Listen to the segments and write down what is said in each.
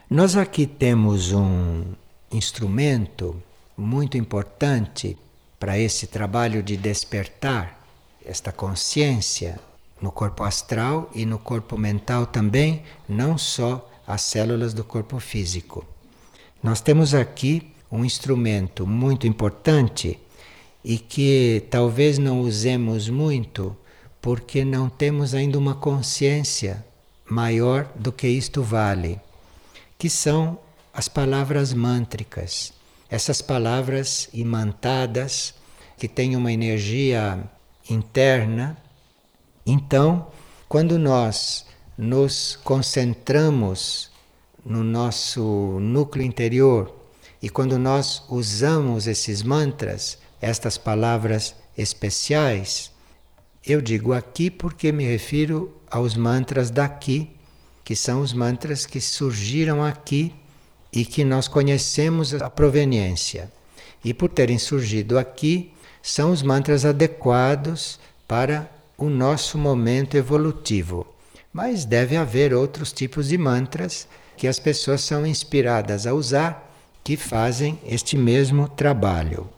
Nós aqui temos um instrumento muito importante para esse trabalho de despertar esta consciência no corpo astral e no corpo mental também, não só as células do corpo físico. Nós temos aqui um instrumento muito importante e que talvez não usemos muito porque não temos ainda uma consciência maior do que isto vale, que são as palavras mântricas. Essas palavras imantadas que têm uma energia interna. Então, quando nós nos concentramos no nosso núcleo interior e quando nós usamos esses mantras, estas palavras especiais, eu digo aqui porque me refiro aos mantras daqui, que são os mantras que surgiram aqui e que nós conhecemos a proveniência. E por terem surgido aqui, são os mantras adequados para o nosso momento evolutivo. Mas deve haver outros tipos de mantras que as pessoas são inspiradas a usar, que fazem este mesmo trabalho.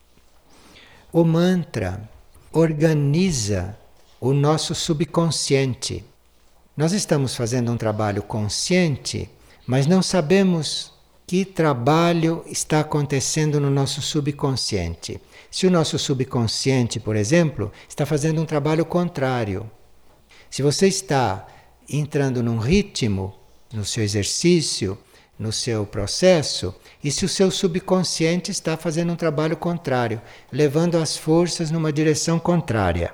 O mantra organiza o nosso subconsciente. Nós estamos fazendo um trabalho consciente, mas não sabemos que trabalho está acontecendo no nosso subconsciente. Se o nosso subconsciente, por exemplo, está fazendo um trabalho contrário. Se você está entrando num ritmo no seu exercício, no seu processo, e se o seu subconsciente está fazendo um trabalho contrário, levando as forças numa direção contrária.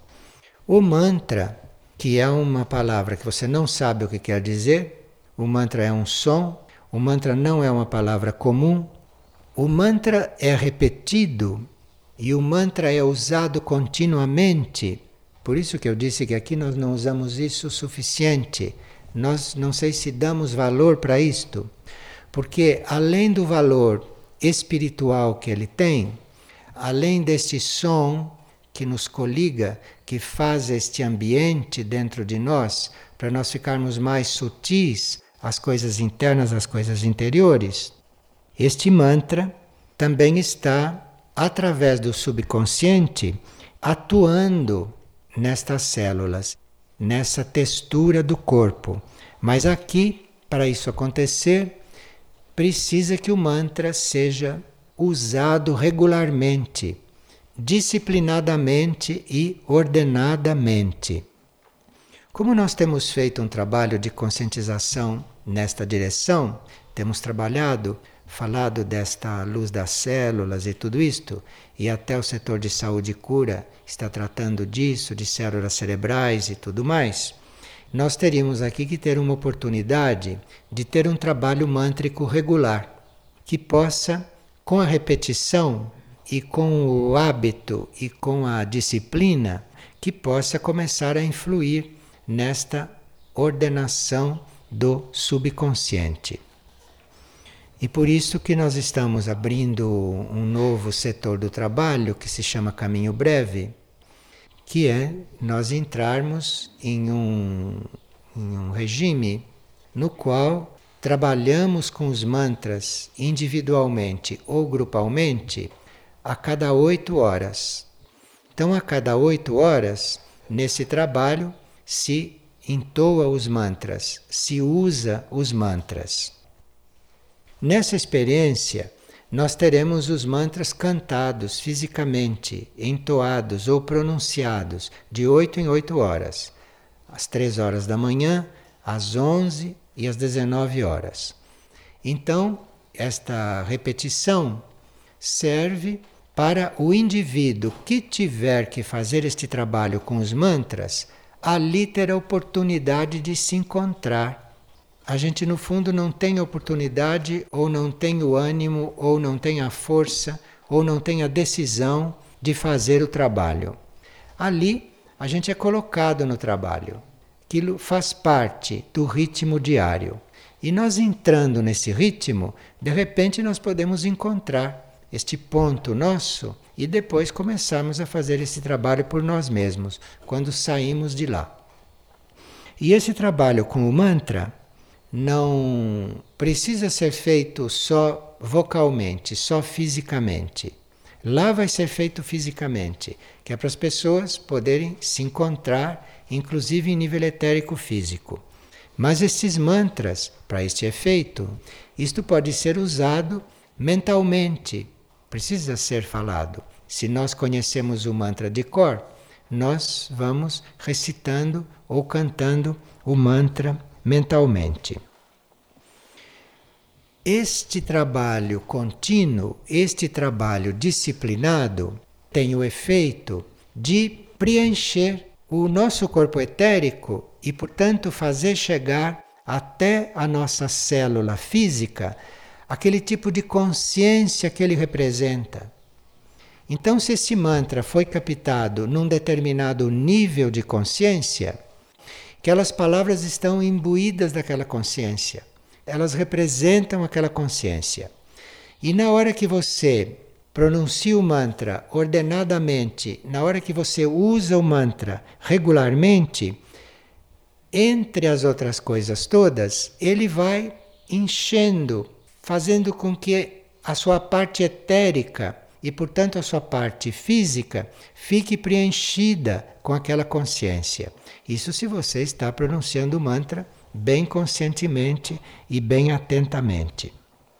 O mantra, que é uma palavra que você não sabe o que quer dizer, o mantra é um som, o mantra não é uma palavra comum, o mantra é repetido e o mantra é usado continuamente. Por isso que eu disse que aqui nós não usamos isso o suficiente. Nós não sei se damos valor para isto, porque além do valor espiritual que ele tem, além deste som que nos coliga, que faz este ambiente dentro de nós, para nós ficarmos mais sutis, as coisas internas, as coisas interiores, este mantra também está, através do subconsciente, atuando nestas células, nessa textura do corpo. Mas aqui, para isso acontecer, precisa que o mantra seja usado regularmente, disciplinadamente e ordenadamente. Como nós temos feito um trabalho de conscientização nesta direção, temos trabalhado, falado desta luz das células e tudo isto, e até o setor de saúde e cura está tratando disso, de células cerebrais e tudo mais, nós teríamos aqui que ter uma oportunidade de ter um trabalho mântrico regular, que possa, com a repetição e com o hábito e com a disciplina, que possa começar a influir nesta ordenação do subconsciente. E por isso que nós estamos abrindo um novo setor do trabalho que se chama Caminho Breve, que é nós entrarmos em um regime no qual trabalhamos com os mantras individualmente ou grupalmente a cada 8 horas. Então, a cada 8 horas, nesse trabalho, se entoa os mantras, se usa os mantras. Nessa experiência, nós teremos os mantras cantados fisicamente, entoados ou pronunciados, de 8 em 8 horas. Às 3 horas da manhã, às 11 e às 19 horas. Então, esta repetição serve para o indivíduo que tiver que fazer este trabalho com os mantras, ali ter a oportunidade de se encontrar. A gente, no fundo, não tem oportunidade, ou não tem o ânimo, ou não tem a força, ou não tem a decisão de fazer o trabalho. Ali, a gente é colocado no trabalho. Aquilo faz parte do ritmo diário. E nós entrando nesse ritmo, de repente nós podemos encontrar este ponto nosso e depois começarmos a fazer esse trabalho por nós mesmos, quando saímos de lá. E esse trabalho com o mantra não precisa ser feito só vocalmente, só fisicamente. Lá vai ser feito fisicamente, que é para as pessoas poderem se encontrar, inclusive em nível etérico físico. Mas esses mantras, para este efeito, isto pode ser usado mentalmente, precisa ser falado. Se nós conhecemos o mantra de cor, nós vamos recitando ou cantando o mantra mentalmente. Este trabalho contínuo, este trabalho disciplinado, tem o efeito de preencher o nosso corpo etérico e, portanto, fazer chegar até a nossa célula física aquele tipo de consciência que ele representa. Então, se esse mantra foi captado num determinado nível de consciência, aquelas palavras estão imbuídas daquela consciência. Elas representam aquela consciência. E na hora que você pronuncia o mantra ordenadamente, na hora que você usa o mantra regularmente, entre as outras coisas todas, ele vai enchendo, fazendo com que a sua parte etérica e, portanto, a sua parte física fique preenchida com aquela consciência. Isso se você está pronunciando o mantra bem conscientemente e bem atentamente.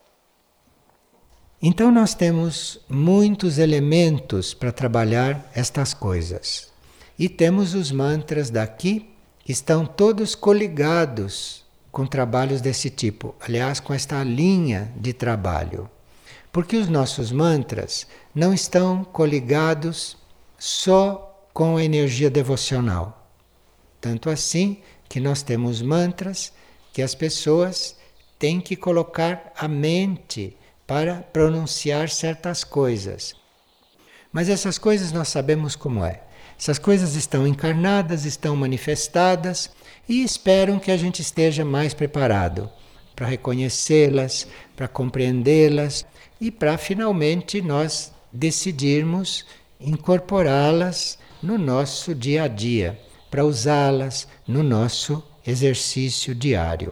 Então nós temos muitos elementos para trabalhar estas coisas. E temos os mantras daqui que estão todos coligados com trabalhos desse tipo. Aliás, com esta linha de trabalho. Porque os nossos mantras não estão coligados só com a energia devocional. Tanto assim que nós temos mantras que as pessoas têm que colocar a mente para pronunciar certas coisas. Mas essas coisas nós sabemos como é. Essas coisas estão encarnadas, estão manifestadas e esperam que a gente esteja mais preparado para reconhecê-las, para compreendê-las e para finalmente nós decidirmos incorporá-las no nosso dia a dia, para usá-las no nosso exercício diário.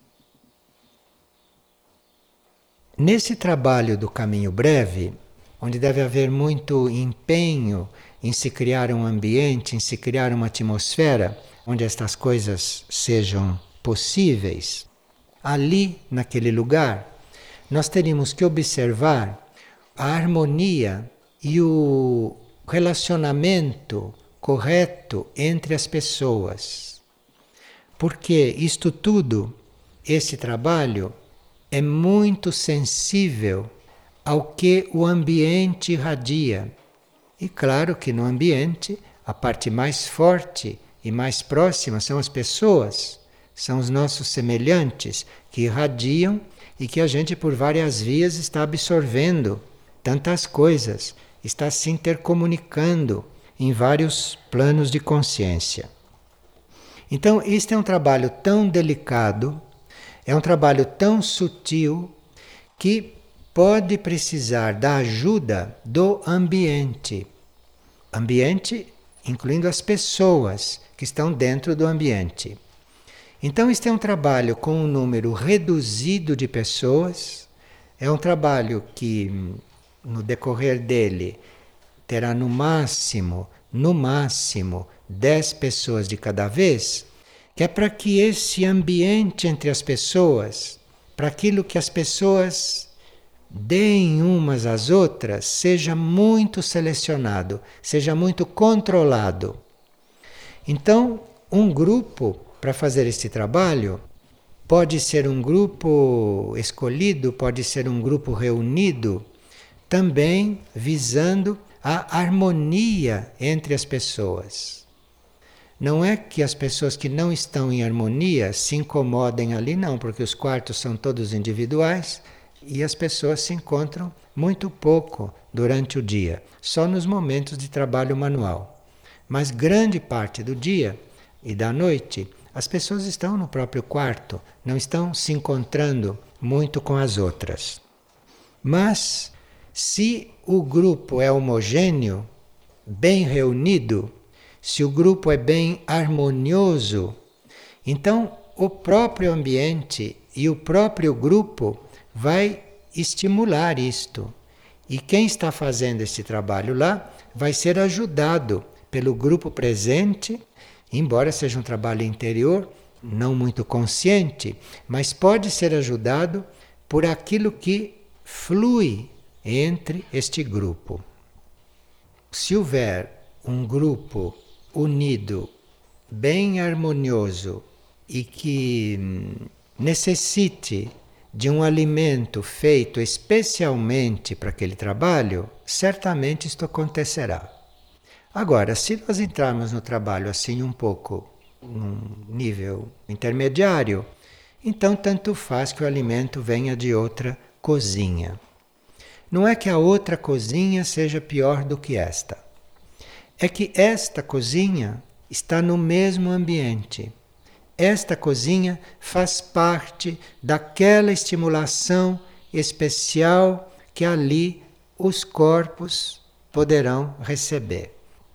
Nesse trabalho do caminho breve, onde deve haver muito empenho em se criar um ambiente, em se criar uma atmosfera onde estas coisas sejam possíveis, ali, naquele lugar, nós teríamos que observar a harmonia e o relacionamento correto entre as pessoas. Porque isto tudo, esse trabalho, é muito sensível ao que o ambiente irradia. E claro que no ambiente, a parte mais forte e mais próxima são as pessoas, são os nossos semelhantes que irradiam e que a gente por várias vias está absorvendo tantas coisas, está se intercomunicando em vários planos de consciência. Então, este é um trabalho tão delicado, é um trabalho tão sutil que pode precisar da ajuda do ambiente. Ambiente incluindo as pessoas que estão dentro do ambiente. Então, este é um trabalho com um número reduzido de pessoas, é um trabalho que, no decorrer dele, terá no máximo 10 pessoas de cada vez, que é para que esse ambiente entre as pessoas, para aquilo que as pessoas deem umas às outras, seja muito selecionado, seja muito controlado. Então, um grupo para fazer este trabalho pode ser um grupo escolhido, pode ser um grupo reunido, também visando a harmonia entre as pessoas. Não é que as pessoas que não estão em harmonia se incomodem ali, não, porque os quartos são todos individuais e as pessoas se encontram muito pouco durante o dia, só nos momentos de trabalho manual. Mas grande parte do dia e da noite, as pessoas estão no próprio quarto, não estão se encontrando muito com as outras. Mas, se o grupo é homogêneo, bem reunido, se o grupo é bem harmonioso, então o próprio ambiente e o próprio grupo vai estimular isto. E quem está fazendo esse trabalho lá vai ser ajudado pelo grupo presente, embora seja um trabalho interior, não muito consciente, mas pode ser ajudado por aquilo que flui entre este grupo. Se houver um grupo unido, bem harmonioso e que necessite de um alimento feito especialmente para aquele trabalho, certamente isto acontecerá. Agora, se nós entrarmos no trabalho assim um pouco num nível intermediário, então tanto faz que o alimento venha de outra cozinha. Não é que a outra cozinha seja pior do que esta. É que esta cozinha está no mesmo ambiente. Esta cozinha faz parte daquela estimulação especial que ali os corpos poderão receber.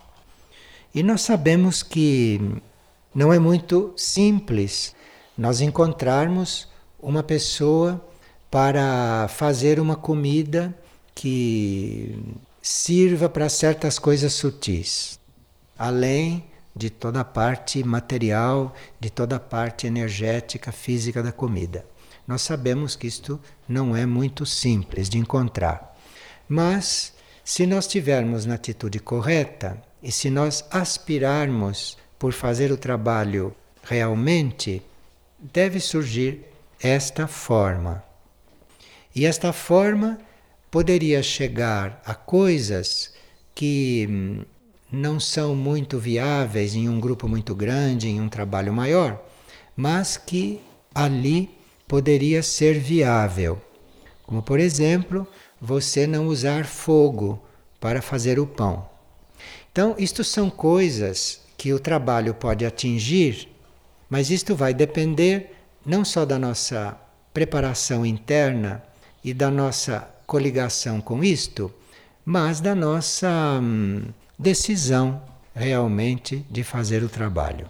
E nós sabemos que não é muito simples nós encontrarmos uma pessoa para fazer uma comida que sirva para certas coisas sutis, além de toda a parte material, de toda a parte energética, física da comida. Nós sabemos que isto não é muito simples de encontrar. Mas, se nós tivermos na atitude correta e se nós aspirarmos por fazer o trabalho realmente, deve surgir esta forma. E esta forma poderia chegar a coisas que não são muito viáveis em um grupo muito grande, em um trabalho maior, mas que ali poderia ser viável. Como, por exemplo, você não usar fogo para fazer o pão. Então, isto são coisas que o trabalho pode atingir, mas isto vai depender não só da nossa preparação interna e da nossa coligação com isto, mas da nossa decisão realmente de fazer o trabalho.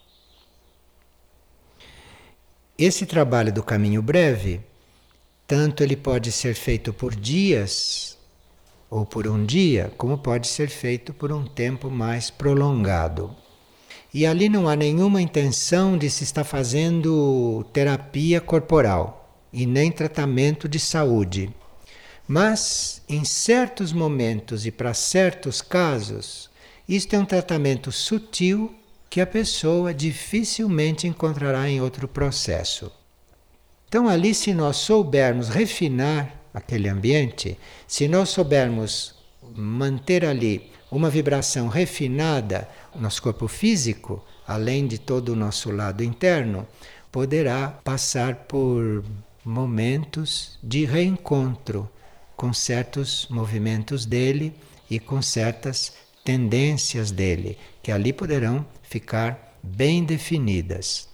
Esse trabalho do caminho breve, tanto ele pode ser feito por dias ou por um dia, como pode ser feito por um tempo mais prolongado. E ali não há nenhuma intenção de se estar fazendo terapia corporal e nem tratamento de saúde. Mas, em certos momentos e para certos casos, isto é um tratamento sutil que a pessoa dificilmente encontrará em outro processo. Então, ali, se nós soubermos refinar aquele ambiente, se nós soubermos manter ali uma vibração refinada, o nosso corpo físico, além de todo o nosso lado interno, poderá passar por momentos de reencontro com certos movimentos dele e com certas tendências dele, que ali poderão ficar bem definidas.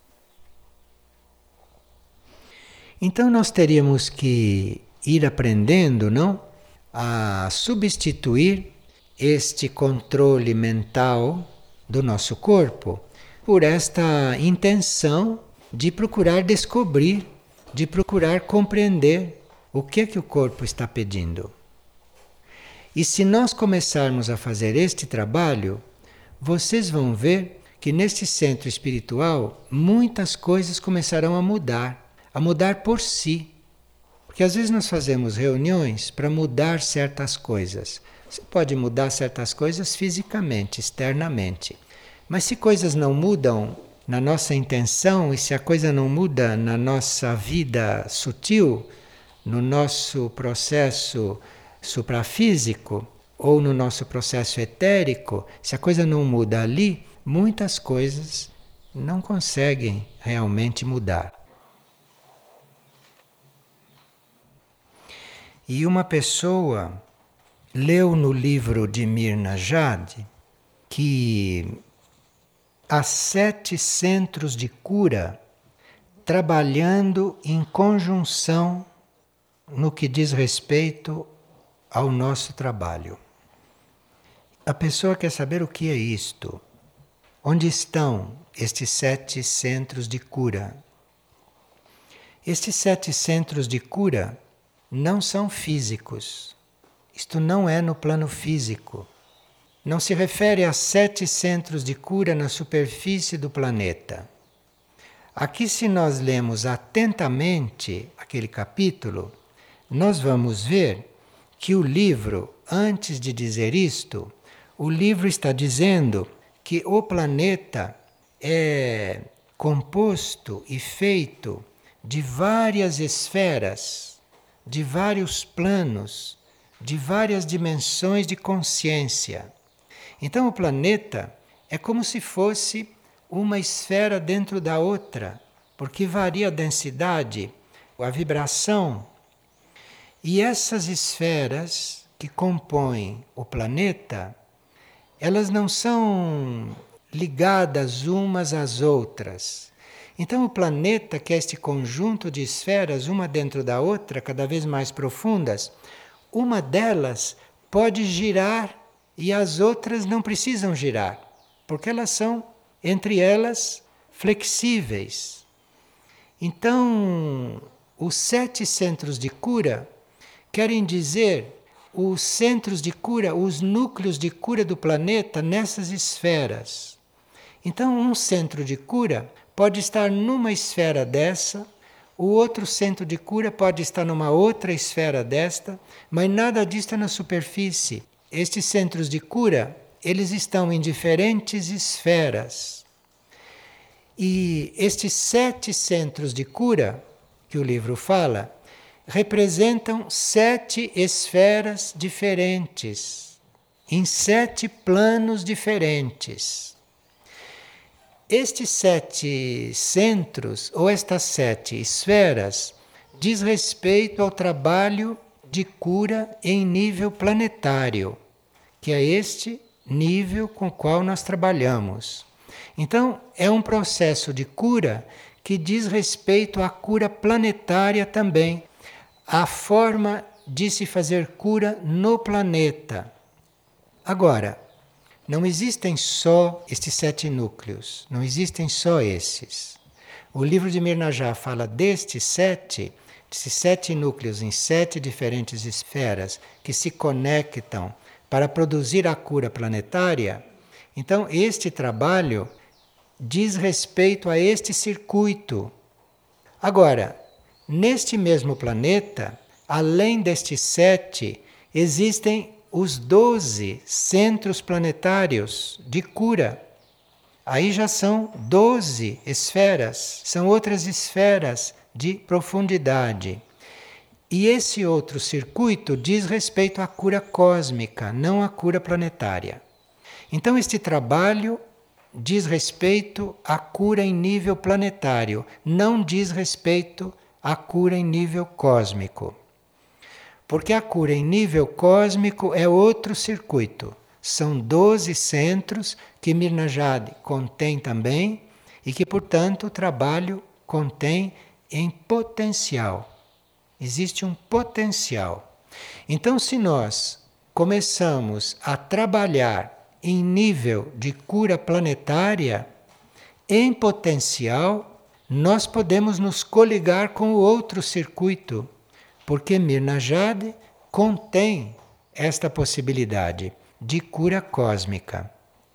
Então nós teríamos que ir aprendendo, não, a substituir este controle mental do nosso corpo por esta intenção de procurar descobrir, de procurar compreender o que é que o corpo está pedindo. E se nós começarmos a fazer este trabalho, vocês vão ver que neste centro espiritual muitas coisas começarão a mudar por si. Porque às vezes nós fazemos reuniões para mudar certas coisas. Você pode mudar certas coisas fisicamente, externamente. Mas se coisas não mudam na nossa intenção e se a coisa não muda na nossa vida sutil, no nosso processo suprafísico ou no nosso processo etérico, se a coisa não muda ali, muitas coisas não conseguem realmente mudar. E uma pessoa leu no livro de Myrna Jade que há 7 centros de cura trabalhando em conjunção no que diz respeito ao nosso trabalho. A pessoa quer saber o que é isto. Onde estão estes 7 centros de cura? Estes 7 centros de cura não são físicos. Isto não é no plano físico. Não se refere a 7 centros de cura na superfície do planeta. Aqui, se nós lemos atentamente aquele capítulo, nós vamos ver que o livro, antes de dizer isto, o livro está dizendo que o planeta é composto e feito de várias esferas, de vários planos, de várias dimensões de consciência. Então o planeta é como se fosse uma esfera dentro da outra, porque varia a densidade, a vibração. E essas esferas que compõem o planeta, elas não são ligadas umas às outras. Então o planeta, que é este conjunto de esferas, uma dentro da outra, cada vez mais profundas, uma delas pode girar e as outras não precisam girar, porque elas são, entre elas, flexíveis. Então, os 7 centros de cura querem dizer os centros de cura, os núcleos de cura do planeta nessas esferas. Então, um centro de cura pode estar numa esfera dessa, o outro centro de cura pode estar numa outra esfera desta, mas nada disto é na superfície. Estes centros de cura, eles estão em diferentes esferas. E estes 7 centros de cura, que o livro fala, representam 7 esferas diferentes, em 7 planos diferentes. Estes 7 centros, ou estas 7 esferas, diz respeito ao trabalho de cura em nível planetário, que é este nível com o qual nós trabalhamos. Então, é um processo de cura que diz respeito à cura planetária também, à forma de se fazer cura no planeta. Agora, não existem só estes 7 núcleos, não existem só esses. O livro de Mirna já fala desses 7 núcleos em 7 diferentes esferas que se conectam para produzir a cura planetária. Então, este trabalho diz respeito a este circuito. Agora, neste mesmo planeta, além destes 7, existem os 12 centros planetários de cura. Aí já são 12 esferas, são outras esferas de profundidade. E esse outro circuito diz respeito à cura cósmica, não à cura planetária. Então este trabalho diz respeito à cura em nível planetário, não diz respeito à cura em nível cósmico. Porque a cura em nível cósmico é outro circuito. São 12 centros que Mirna Jade contém também e que, portanto, o trabalho contém em potencial. Existe um potencial. Então, se nós começamos a trabalhar em nível de cura planetária, em potencial, nós podemos nos coligar com o outro circuito, porque Mirna Jade contém esta possibilidade de cura cósmica.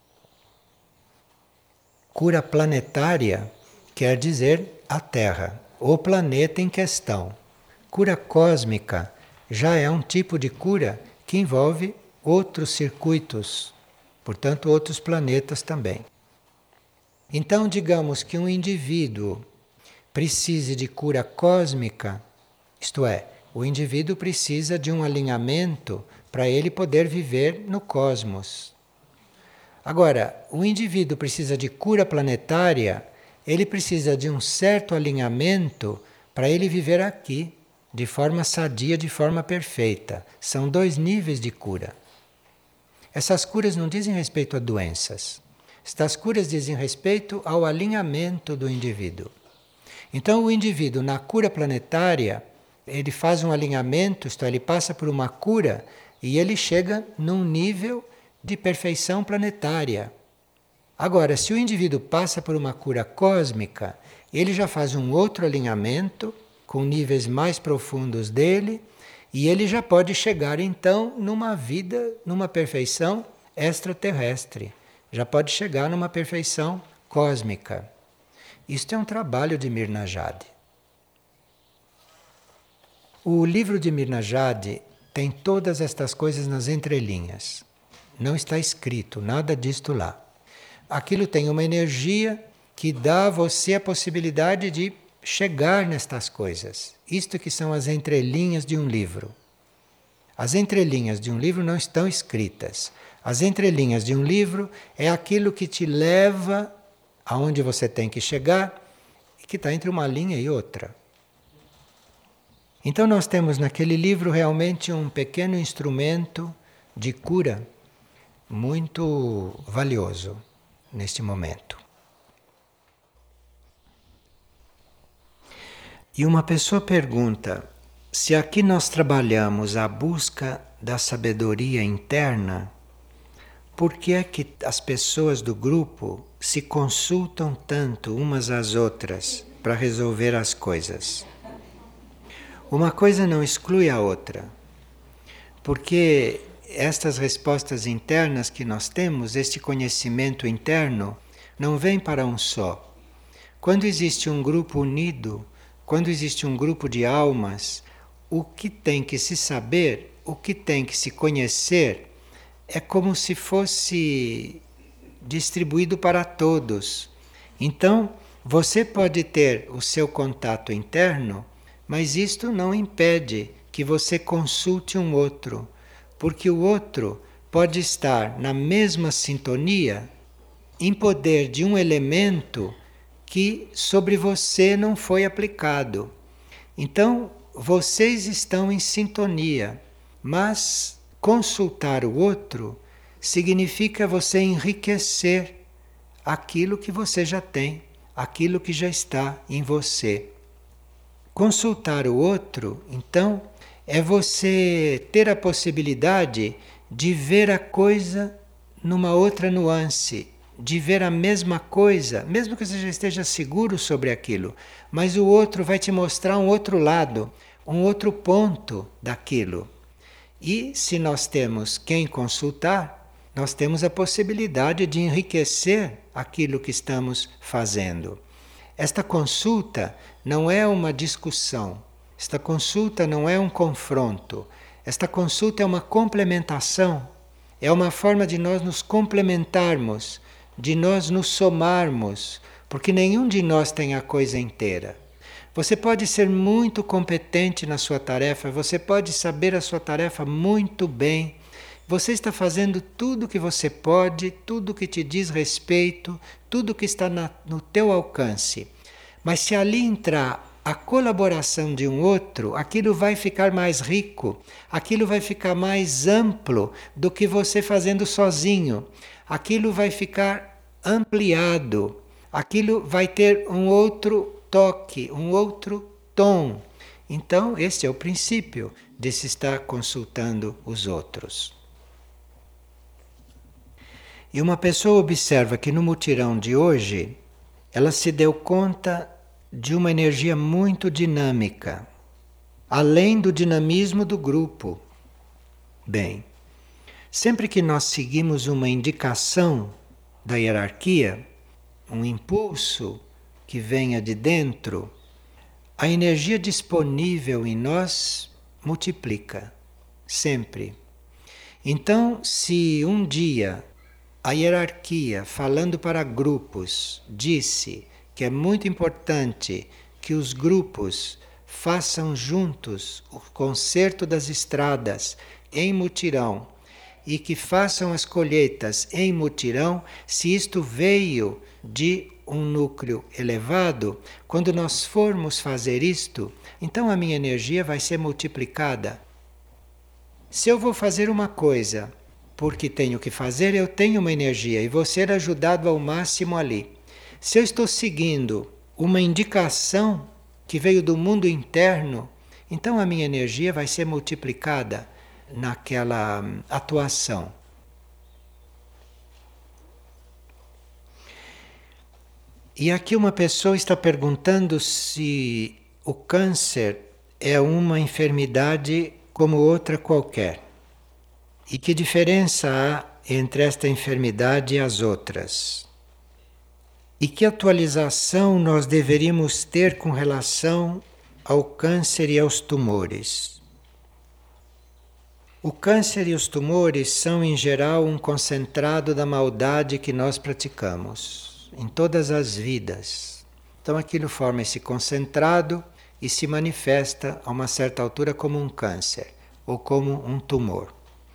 Cura planetária quer dizer a Terra, o planeta em questão. Cura cósmica já é um tipo de cura que envolve outros circuitos, portanto, outros planetas também. Então, digamos que um indivíduo precise de cura cósmica, isto é, o indivíduo precisa de um alinhamento para ele poder viver no cosmos. Agora, o indivíduo precisa de cura planetária, ele precisa de um certo alinhamento para ele viver aqui, de forma sadia, de forma perfeita. São 2 níveis de cura. Essas curas não dizem respeito a doenças. Estas curas dizem respeito ao alinhamento do indivíduo. Então, o indivíduo, na cura planetária, ele faz um alinhamento, isto é, ele passa por uma cura e ele chega num nível de perfeição planetária. Agora, se o indivíduo passa por uma cura cósmica, ele já faz um outro alinhamento com níveis mais profundos dele e ele já pode chegar então numa vida, numa perfeição extraterrestre. Já pode chegar numa perfeição cósmica. Isto é um trabalho de Mirna Jade. O livro de Mirna Jade tem todas estas coisas nas entrelinhas. Não está escrito nada disto lá. Aquilo tem uma energia que dá a você a possibilidade de chegar nestas coisas. Isto que são as entrelinhas de um livro. As entrelinhas de um livro não estão escritas. As entrelinhas de um livro é aquilo que te leva aonde você tem que chegar e que está entre uma linha e outra. Então nós temos naquele livro realmente um pequeno instrumento de cura muito valioso neste momento. E uma pessoa pergunta se aqui nós trabalhamos a busca da sabedoria interna, por que é que as pessoas do grupo se consultam tanto umas às outras para resolver as coisas? Uma coisa não exclui a outra, porque estas respostas internas que nós temos, este conhecimento interno, não vem para um só. Quando existe um grupo unido, quando existe um grupo de almas, o que tem que se saber, o que tem que se conhecer, é como se fosse distribuído para todos. Então, você pode ter o seu contato interno, mas isto não impede que você consulte um outro, porque o outro pode estar na mesma sintonia, em poder de um elemento que sobre você não foi aplicado. Então, vocês estão em sintonia, mas consultar o outro significa você enriquecer aquilo que você já tem, aquilo que já está em você. Consultar o outro, então, é você ter a possibilidade de ver a coisa numa outra nuance, de ver a mesma coisa, mesmo que você já esteja seguro sobre aquilo, mas o outro vai te mostrar um outro lado, um outro ponto daquilo. E se nós temos quem consultar, nós temos a possibilidade de enriquecer aquilo que estamos fazendo. Esta consulta não é uma discussão, esta consulta não é um confronto, esta consulta é uma complementação, é uma forma de nós nos complementarmos, de nós nos somarmos, porque nenhum de nós tem a coisa inteira. Você pode ser muito competente na sua tarefa, você pode saber a sua tarefa muito bem, você está fazendo tudo o que você pode, tudo que te diz respeito, tudo que está no teu alcance. Mas se ali entrar a colaboração de um outro, aquilo vai ficar mais rico, aquilo vai ficar mais amplo do que você fazendo sozinho. Aquilo vai ficar ampliado, aquilo vai ter um outro toque, um outro tom. Então, esse é o princípio de se estar consultando os outros. E uma pessoa observa que no mutirão de hoje, ela se deu conta de uma energia muito dinâmica, além do dinamismo do grupo. Bem, sempre que nós seguimos uma indicação da hierarquia, um impulso que venha de dentro, a energia disponível em nós multiplica, sempre. Então, se um dia a hierarquia, falando para grupos, disse que é muito importante que os grupos façam juntos o conserto das estradas em mutirão e que façam as colheitas em mutirão, se isto veio de um núcleo elevado, quando nós formos fazer isto, então a minha energia vai ser multiplicada. Se eu vou fazer uma coisa porque tenho que fazer, eu tenho uma energia e vou ser ajudado ao máximo ali. Se eu estou seguindo uma indicação que veio do mundo interno, então a minha energia vai ser multiplicada naquela atuação. E aqui uma pessoa está perguntando se o câncer é uma enfermidade como outra qualquer. E que diferença há entre esta enfermidade e as outras? E que atualização nós deveríamos ter com relação ao câncer e aos tumores? O câncer e os tumores são, em geral, um concentrado da maldade que nós praticamos em todas as vidas. Então, aquilo forma esse concentrado e se manifesta a uma certa altura como um câncer ou como um tumor.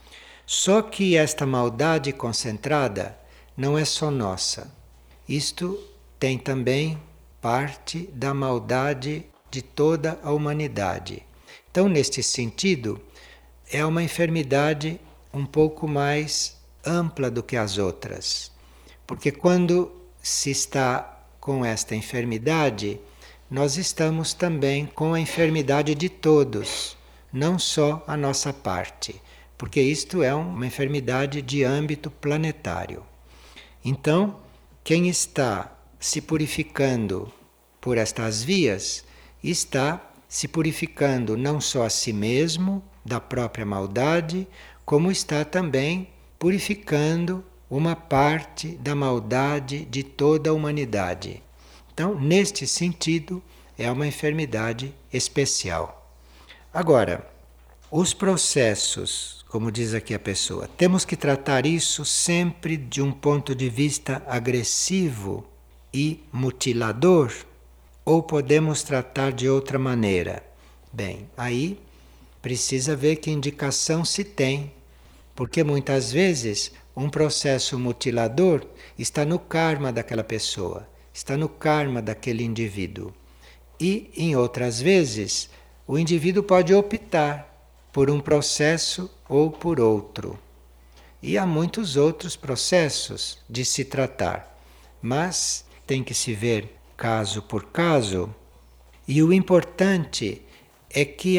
Só que esta maldade concentrada não é só nossa. Isto tem também parte da maldade de toda a humanidade. Então, neste sentido, é uma enfermidade um pouco mais ampla do que as outras. Porque quando se está com esta enfermidade, nós estamos também com a enfermidade de todos, não só a nossa parte, porque isto é uma enfermidade de âmbito planetário. Então, quem está se purificando por estas vias, está se purificando não só a si mesmo, da própria maldade, como está também purificando uma parte da maldade de toda a humanidade. Então, neste sentido, é uma enfermidade especial. Agora, os processos, como diz aqui a pessoa, temos que tratar isso sempre de um ponto de vista agressivo e mutilador, ou podemos tratar de outra maneira? Bem, aí precisa ver que indicação se tem, porque muitas vezes um processo mutilador está no karma daquela pessoa, está no karma daquele indivíduo. E, em outras vezes, o indivíduo pode optar por um processo ou por outro. E há muitos outros processos de se tratar, mas tem que se ver caso por caso. E o importante é que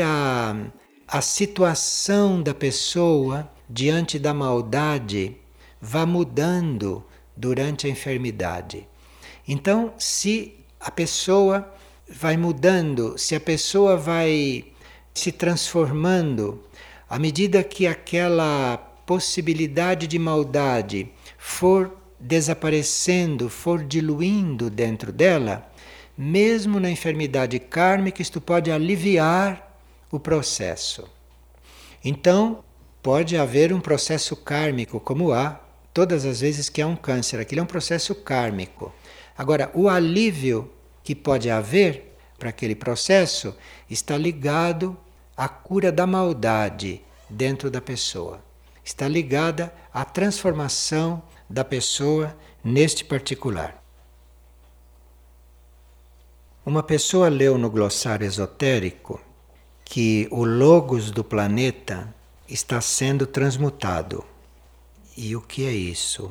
a situação da pessoa diante da maldade vá mudando durante a enfermidade. Então, se a pessoa vai mudando, se a pessoa vai se transformando, à medida que aquela possibilidade de maldade for desaparecendo, for diluindo dentro dela, mesmo na enfermidade kármica, isto pode aliviar o processo. Então, pode haver um processo kármico, como há todas as vezes que há um câncer. Aquilo é um processo kármico. Agora, o alívio que pode haver para aquele processo está ligado à cura da maldade dentro da pessoa. Está ligada à transformação da pessoa neste particular. Uma pessoa leu no glossário esotérico que o logos do planeta está sendo transmutado. E o que é isso?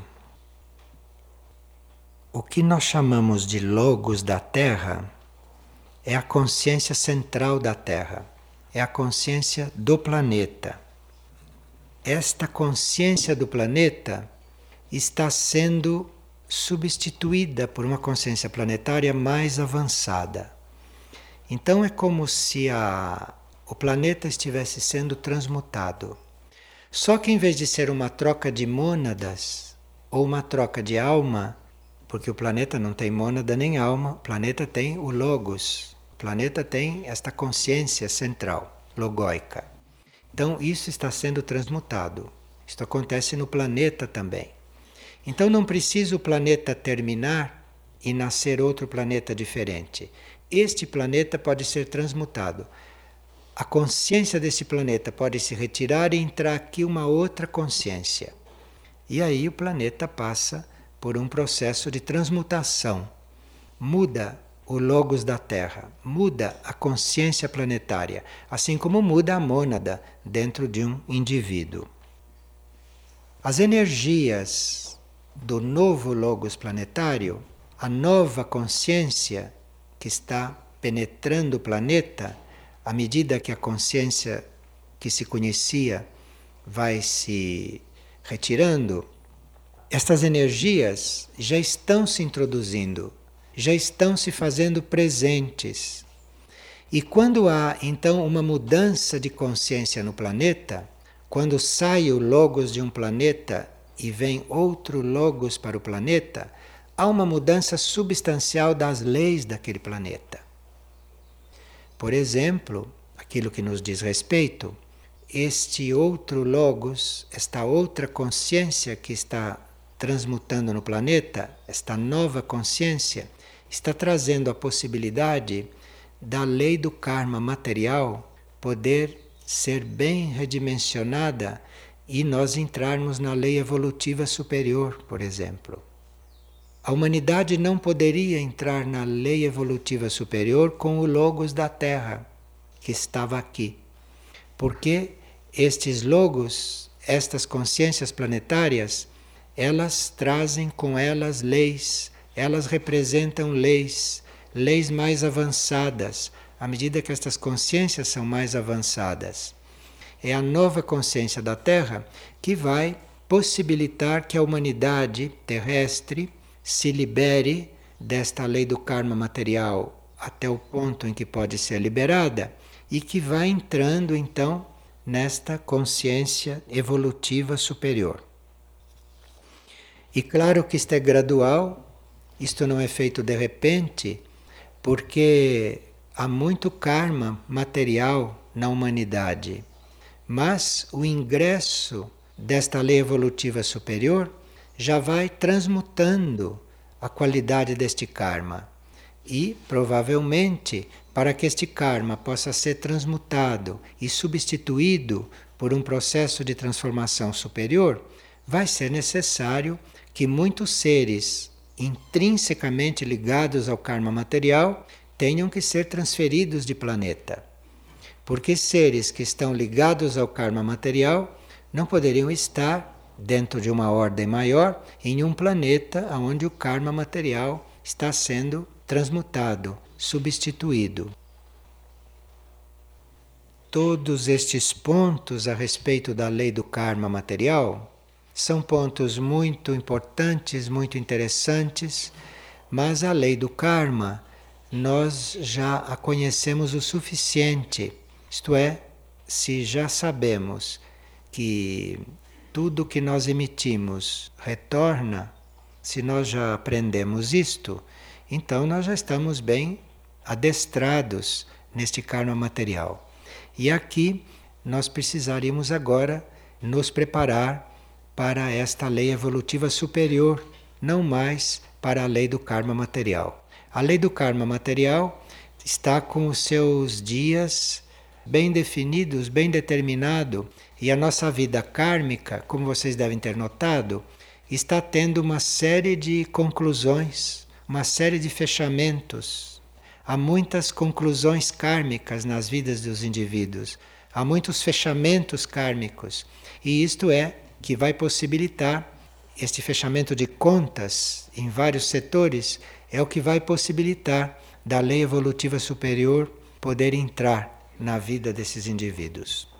O que nós chamamos de logos da Terra é a consciência central da Terra, é a consciência do planeta. Esta consciência do planeta está sendo substituída por uma consciência planetária mais avançada. Então é como se o planeta estivesse sendo transmutado. Só que em vez de ser uma troca de mônadas ou uma troca de alma, porque o planeta não tem mônada nem alma, o planeta tem o logos, o planeta tem esta consciência central, logóica. Então isso está sendo transmutado. Isto acontece no planeta também. Então não precisa o planeta terminar e nascer outro planeta diferente. Este planeta pode ser transmutado. A consciência desse planeta pode se retirar e entrar aqui uma outra consciência. E aí o planeta passa por um processo de transmutação. Muda o logos da Terra, muda a consciência planetária, assim como muda a mônada dentro de um indivíduo. As energias do novo logos planetário, a nova consciência que está penetrando o planeta, à medida que a consciência que se conhecia vai se retirando, estas energias já estão se introduzindo já estão se fazendo presentes. E quando há então uma mudança de consciência no planeta, quando sai o logos de um planeta e vem outro logos para o planeta, há uma mudança substancial das leis daquele planeta. Por exemplo, aquilo que nos diz respeito, este outro logos, esta outra consciência que está transmutando no planeta, esta nova consciência, está trazendo a possibilidade da lei do karma material poder ser bem redimensionada e nós entrarmos na lei evolutiva superior, por exemplo. A humanidade não poderia entrar na lei evolutiva superior com o logos da Terra, que estava aqui. Porque estes logos, estas consciências planetárias, elas trazem com elas leis, elas representam leis, leis mais avançadas, à medida que estas consciências são mais avançadas. É a nova consciência da Terra que vai possibilitar que a humanidade terrestre se libere desta lei do karma material até o ponto em que pode ser liberada e que vai entrando então nesta consciência evolutiva superior. E claro que isto é gradual, isto não é feito de repente, porque há muito karma material na humanidade. Mas o ingresso desta lei evolutiva superior já vai transmutando a qualidade deste karma. E, provavelmente, para que este karma possa ser transmutado e substituído por um processo de transformação superior, vai ser necessário que muitos seres intrinsecamente ligados ao karma material tenham que ser transferidos de planeta. Porque seres que estão ligados ao karma material não poderiam estar dentro de uma ordem maior em um planeta onde o karma material está sendo transmutado, substituído. Todos estes pontos a respeito da lei do karma material são pontos muito importantes, muito interessantes, mas a lei do karma nós já a conhecemos o suficiente. Isto é, se já sabemos que tudo que nós emitimos retorna, se nós já aprendemos isto, então nós já estamos bem adestrados neste karma material. E aqui nós precisaríamos agora nos preparar para esta lei evolutiva superior, não mais para a lei do karma material. A lei do karma material está com os seus dias bem definidos, bem determinado, e a nossa vida kármica, como vocês devem ter notado, está tendo uma série de conclusões, uma série de fechamentos. Há muitas conclusões kármicas nas vidas dos indivíduos, há muitos fechamentos kármicos, e isto é que vai possibilitar este fechamento de contas em vários setores, é o que vai possibilitar da lei evolutiva superior poder entrar na vida desses indivíduos.